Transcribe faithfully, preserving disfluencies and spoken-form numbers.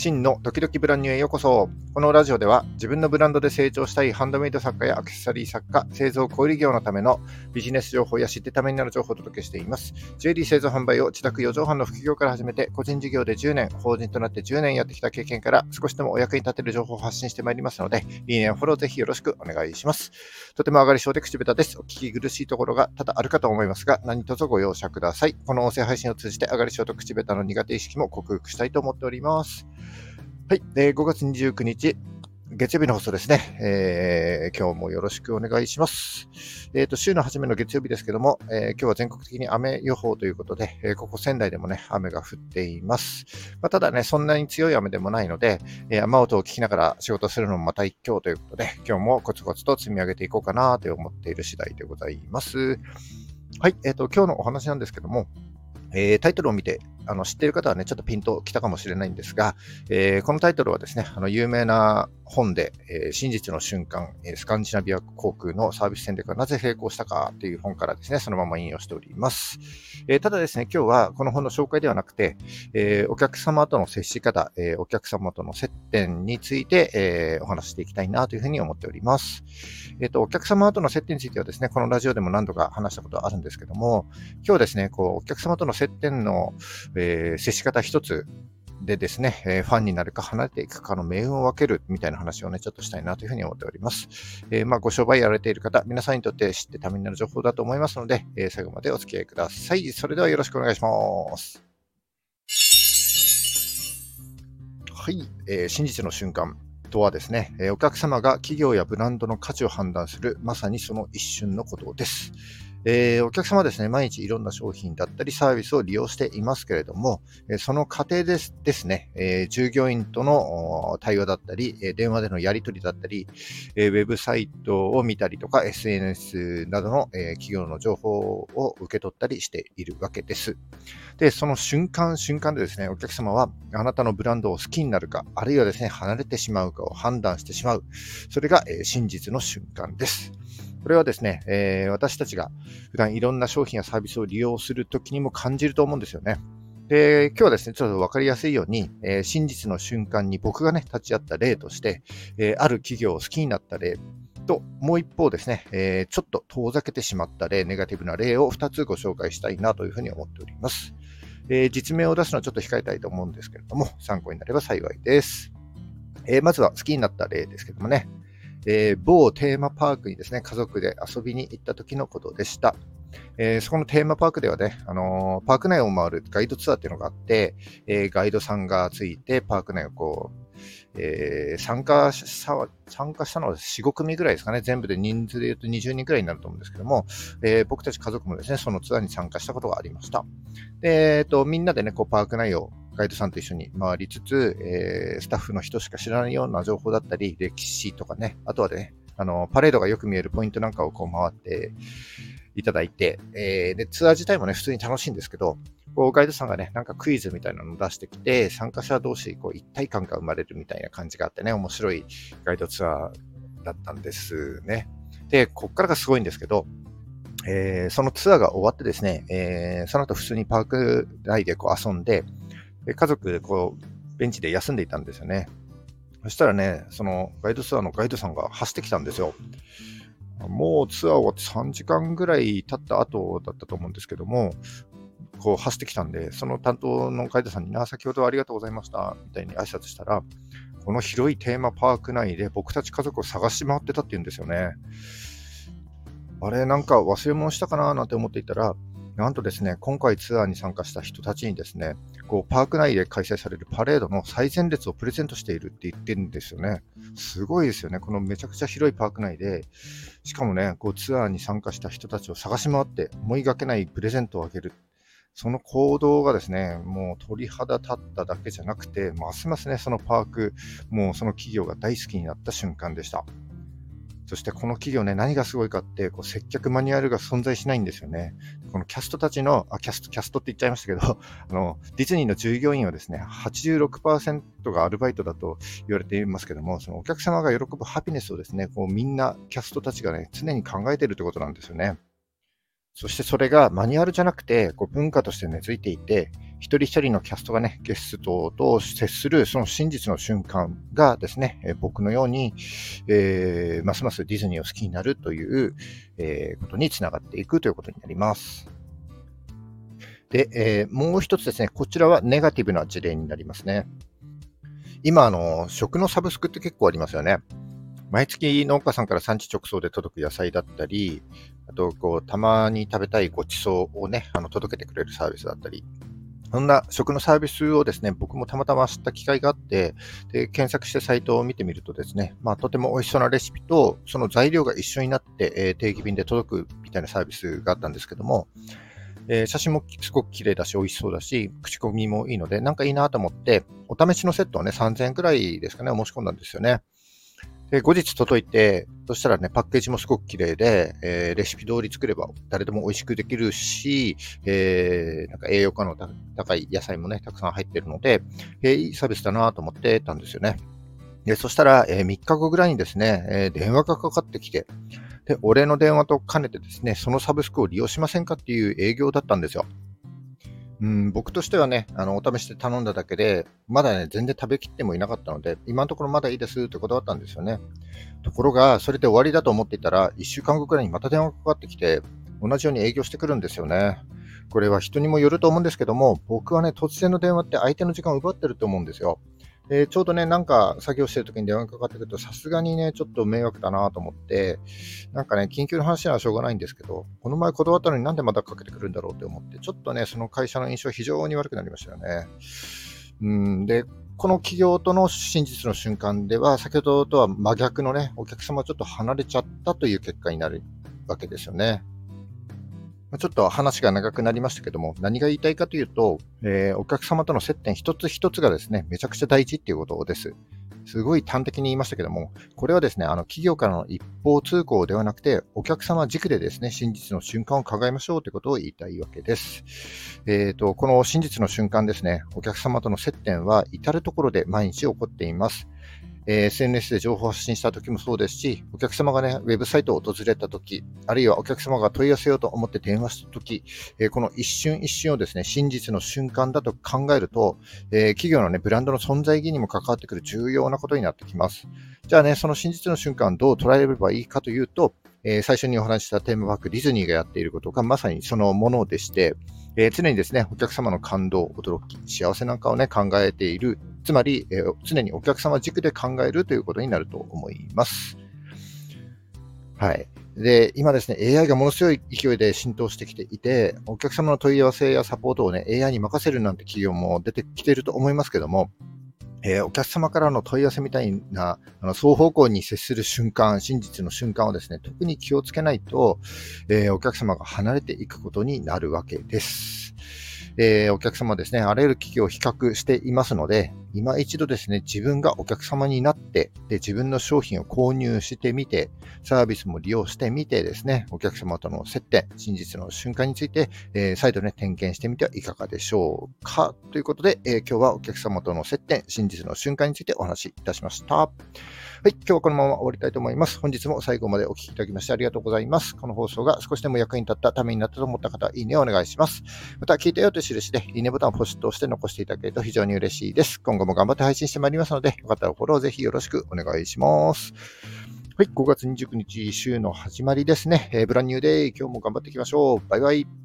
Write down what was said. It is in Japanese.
真のドキドキブランニューへようこそ。このラジオでは自分のブランドで成長したいハンドメイド作家やアクセサリー作家、製造小売業のためのビジネス情報や知ってためになる情報をお届けしています。ジュエリー製造販売を自宅よじはんの副業から始めて、個人事業でじゅうねん、法人となってじゅうねんやってきた経験から少しでもお役に立てる情報を発信してまいりますので、いいねやフォローぜひよろしくお願いします。とても上がり症で口下手です。お聞き苦しいところが多々あるかと思いますが、何卒ご容赦ください。この音声配信を通じて上がり症と口下手の苦手意識も克服したいと思っております。はい、えー、ごがつにじゅうくにち、月曜日の放送ですね。えー、今日もよろしくお願いします。えっと、週の初めの月曜日ですけども、えー、今日は全国的に雨予報ということで、えー、ここ仙台でもね、雨が降っています。まあ、ただね、そんなに強い雨でもないので、えー、雨音を聞きながら仕事するのもまた一興ということで、今日もコツコツと積み上げていこうかなと思っている次第でございます。はい、えっと、今日のお話なんですけども、えー、タイトルを見てあの知っている方はね、ちょっとピンときたかもしれないんですが、えー、このタイトルはですね、あの有名な本で、えー、真実の瞬間、スカンジナビア航空のサービス戦略がなぜ成功したかという本からですね、そのまま引用しております。えー、ただですね、今日はこの本の紹介ではなくて、えー、お客様との接し方、えー、お客様との接点について、えー、お話していきたいなというふうに思っております。えっと、お客様との接点についてはですね、このラジオでも何度か話したことはあるんですけども、今日ですね、こう、お客様との接点の、えー、接し方一つでですね、えー、ファンになるか離れていくかの命運を分けるみたいな話をね、ちょっとしたいなというふうに思っております。えー、まあ、ご商売やられている方、皆さんにとって知ってためになる情報だと思いますので、えー、最後までお付き合いください。それではよろしくお願いします。はい、えー、真実の瞬間とはですね、お客様が企業やブランドの価値を判断する、まさにその一瞬のことです。えー、お客様はですね、毎日いろんな商品だったりサービスを利用していますけれども、その過程ですですね、えー、従業員との対話だったり、電話でのやり取りだったり、ウェブサイトを見たりとか、エスエヌエス などの企業の情報を受け取ったりしているわけです。で、その瞬間瞬間でですね、お客様はあなたのブランドを好きになるか、あるいはですね、離れてしまうかを判断してしまう。それが、えー、真実の瞬間です。これはですね、えー、私たちが普段いろんな商品やサービスを利用するときにも感じると思うんですよね。で、今日はですね、ちょっとわかりやすいように、えー、真実の瞬間に僕がね、立ち会った例として、えー、ある企業を好きになった例と、もう一方ですね、えー、ちょっと遠ざけてしまった例、ネガティブな例をふたつご紹介したいなというふうに思っております。えー、実名を出すのはちょっと控えたいと思うんですけれども、参考になれば幸いです。えー、まずは好きになった例ですけどもね、えー、某テーマパークにですね、家族で遊びに行った時のことでした。えー、そこのテーマパークではね、あのー、パーク内を回るガイドツアーっていうのがあって、えー、ガイドさんがついてパーク内をこう、えー、参加した、参加したのはよん、ごくみぐらいですかね。全部で人数で言うとにじゅうにんくらいになると思うんですけども、えー、僕たち家族もですね、そのツアーに参加したことがありました。で、えっと、みんなでね、こうパーク内をガイドさんと一緒に回りつつ、えー、スタッフの人しか知らないような情報だったり、歴史とかね、あとはね、あの、パレードがよく見えるポイントなんかをこう回っていただいて、えー、で、ツアー自体もね、普通に楽しいんですけど、こうガイドさんがね、なんかクイズみたいなのを出してきて、参加者同士こう一体感が生まれるみたいな感じがあってね、面白いガイドツアーだったんですね。で、こっからがすごいんですけど、えー、そのツアーが終わってですね、えー、その後普通にパーク内でこう遊んで、家族でこうベンチで休んでいたんですよね。そしたらね、そのガイドツアーのガイドさんが走ってきたんですよ。もうツアー終わってさんじかんぐらい経った後だったと思うんですけども、こう走ってきたんで、その担当のガイドさんにな、先ほどはありがとうございました、みたいに挨拶したら、この広いテーマパーク内で僕たち家族を探し回ってたって言うんですよね。あれ、なんか忘れ物したかななんて思っていたら、なんとですね、今回ツアーに参加した人たちにですね、こうパーク内で開催されるパレードの最前列をプレゼントしているって言ってるんですよね。すごいですよね。このめちゃくちゃ広いパーク内で、しかもね、こうツアーに参加した人たちを探し回って思いがけないプレゼントをあげる。その行動がですね、もう鳥肌立っただけじゃなくて、ますますね、そのパーク、もうその企業が大好きになった瞬間でした。そしてこの企業ね、何がすごいかって、こう接客マニュアルが存在しないんですよね。このキャストたちの、あ、キャスト、キャストって言っちゃいましたけど、あの、ディズニーの従業員はですね、はちじゅうろくパーセントがアルバイトだと言われていますけども、そのお客様が喜ぶハピネスをですね、こうみんな、キャストたちがね、常に考えているということなんですよね。 そしてそれがマニュアルじゃなくて、こう文化として根付いていて、一人一人のキャストがね、ゲストと接するその真実の瞬間がですね、えー僕のように、えーますますディズニーを好きになるという、えーことにつながっていくということになります。で、えーもう一つですね、こちらはネガティブな事例になりますね。今、あの、食のサブスクって結構ありますよね。毎月農家さんから産地直送で届く野菜だったり、あと、こう、たまに食べたいごちそうをね、あの届けてくれるサービスだったり、そんな食のサービスをですね、僕もたまたま知った機会があって、で、検索してサイトを見てみるとですね、まあ、とても美味しそうなレシピと、その材料が一緒になって、えー定期便で届くみたいなサービスがあったんですけども、えー写真もすごく綺麗だし、美味しそうだし、口コミもいいので、なんかいいなと思って、お試しのセットをね、さんぜんえんくらいですかね、申し込んだんですよね。で、後日届いて、そしたらね、パッケージもすごく綺麗で、えーレシピ通り作れば誰でも美味しくできるし、えーなんか栄養価の高い野菜もね、たくさん入ってるので、えーいいサービスだなと思ってたんですよね。で、そしたら、えーみっかごぐらいにですね、えー電話がかかってきて、で、お礼の電話と兼ねてですね、そのサブスクを利用しませんかっていう営業だったんですよ。うん、僕としてはね、あの、お試しで頼んだだけで、まだね、全然食べきってもいなかったので、今のところまだいいですって断ったんですよね。ところが、それで終わりだと思っていたら、いっしゅうかんごくらいにまた電話がかかってきて、同じように営業してくるんですよね。これは人にもよると思うんですけども、僕はね、突然の電話って相手の時間を奪ってると思うんですよ。で、ちょうどね、なんか作業してる時に電話がかかってくると、さすがにね、ちょっと迷惑だなと思って、なんかね、緊急の話ならしょうがないんですけど、この前断ったのになんでまたかけてくるんだろうって思って、ちょっとね、その会社の印象非常に悪くなりましたよね。うん、で、この企業との真実の瞬間では、先ほどとは真逆のね、お客様はちょっと離れちゃったという結果になるわけですよね。まちょっと話が長くなりましたけども、何が言いたいかというと、えーお客様との接点一つ一つがですね、めちゃくちゃ大事っていうことです。すごい端的に言いましたけども、これはですね、あの企業からの一方通行ではなくて、お客様軸でですね、真実の瞬間を考えましょうということを言いたいわけです。えーと、この真実の瞬間ですね、お客様との接点は至るところで毎日起こっています。えー エスエヌエス で情報発信した時もそうですし、お客様がね、ウェブサイトを訪れた時、あるいはお客様が問い合わせようと思って電話した時、えーこの一瞬一瞬をですね、真実の瞬間だと考えると、えー企業のね、ブランドの存在意義にも関わってくる重要なことになってきます。じゃあね、その真実の瞬間をどう捉えればいいかというと、えー最初にお話ししたテーマパークディズニーがやっていることがまさにそのものでして、えー常にですね、お客様の感動、驚き、幸せなんかをね、考えている。つまり、えー常にお客様軸で考えるということになると思います。はい。で、今ですね、エーアイ がものすごい勢いで浸透してきていて、お客様の問い合わせやサポートをね、エーアイ に任せるなんて企業も出てきていると思いますけども、えーお客様からの問い合わせみたいな、あの双方向に接する瞬間、真実の瞬間をですね、特に気をつけないと、えーお客様が離れていくことになるわけです。えーお客様はですね、あらゆる企業を比較していますので、今一度ですね、自分がお客様になって、で、自分の商品を購入してみて、サービスも利用してみてですね、お客様との接点、真実の瞬間について、えー再度ね、点検してみてはいかがでしょうか。ということで、えー今日はお客様との接点、真実の瞬間についてお話しいたしました。はい、今日はこのまま終わりたいと思います。本日も最後までお聞きいただきましてありがとうございます。この放送が少しでも役に立った、ためになったと思った方、いいねをお願いします。また、聞いたよという印で、いいねボタンをポチッと押して残していただけると非常に嬉しいです。今後も頑張って配信してまいりますので、よかったらフォローぜひよろしくお願いします。はい、ごがつにじゅうくにち、週の始まりですね。えーブランニューデイ、今日も頑張っていきましょう。バイバイ。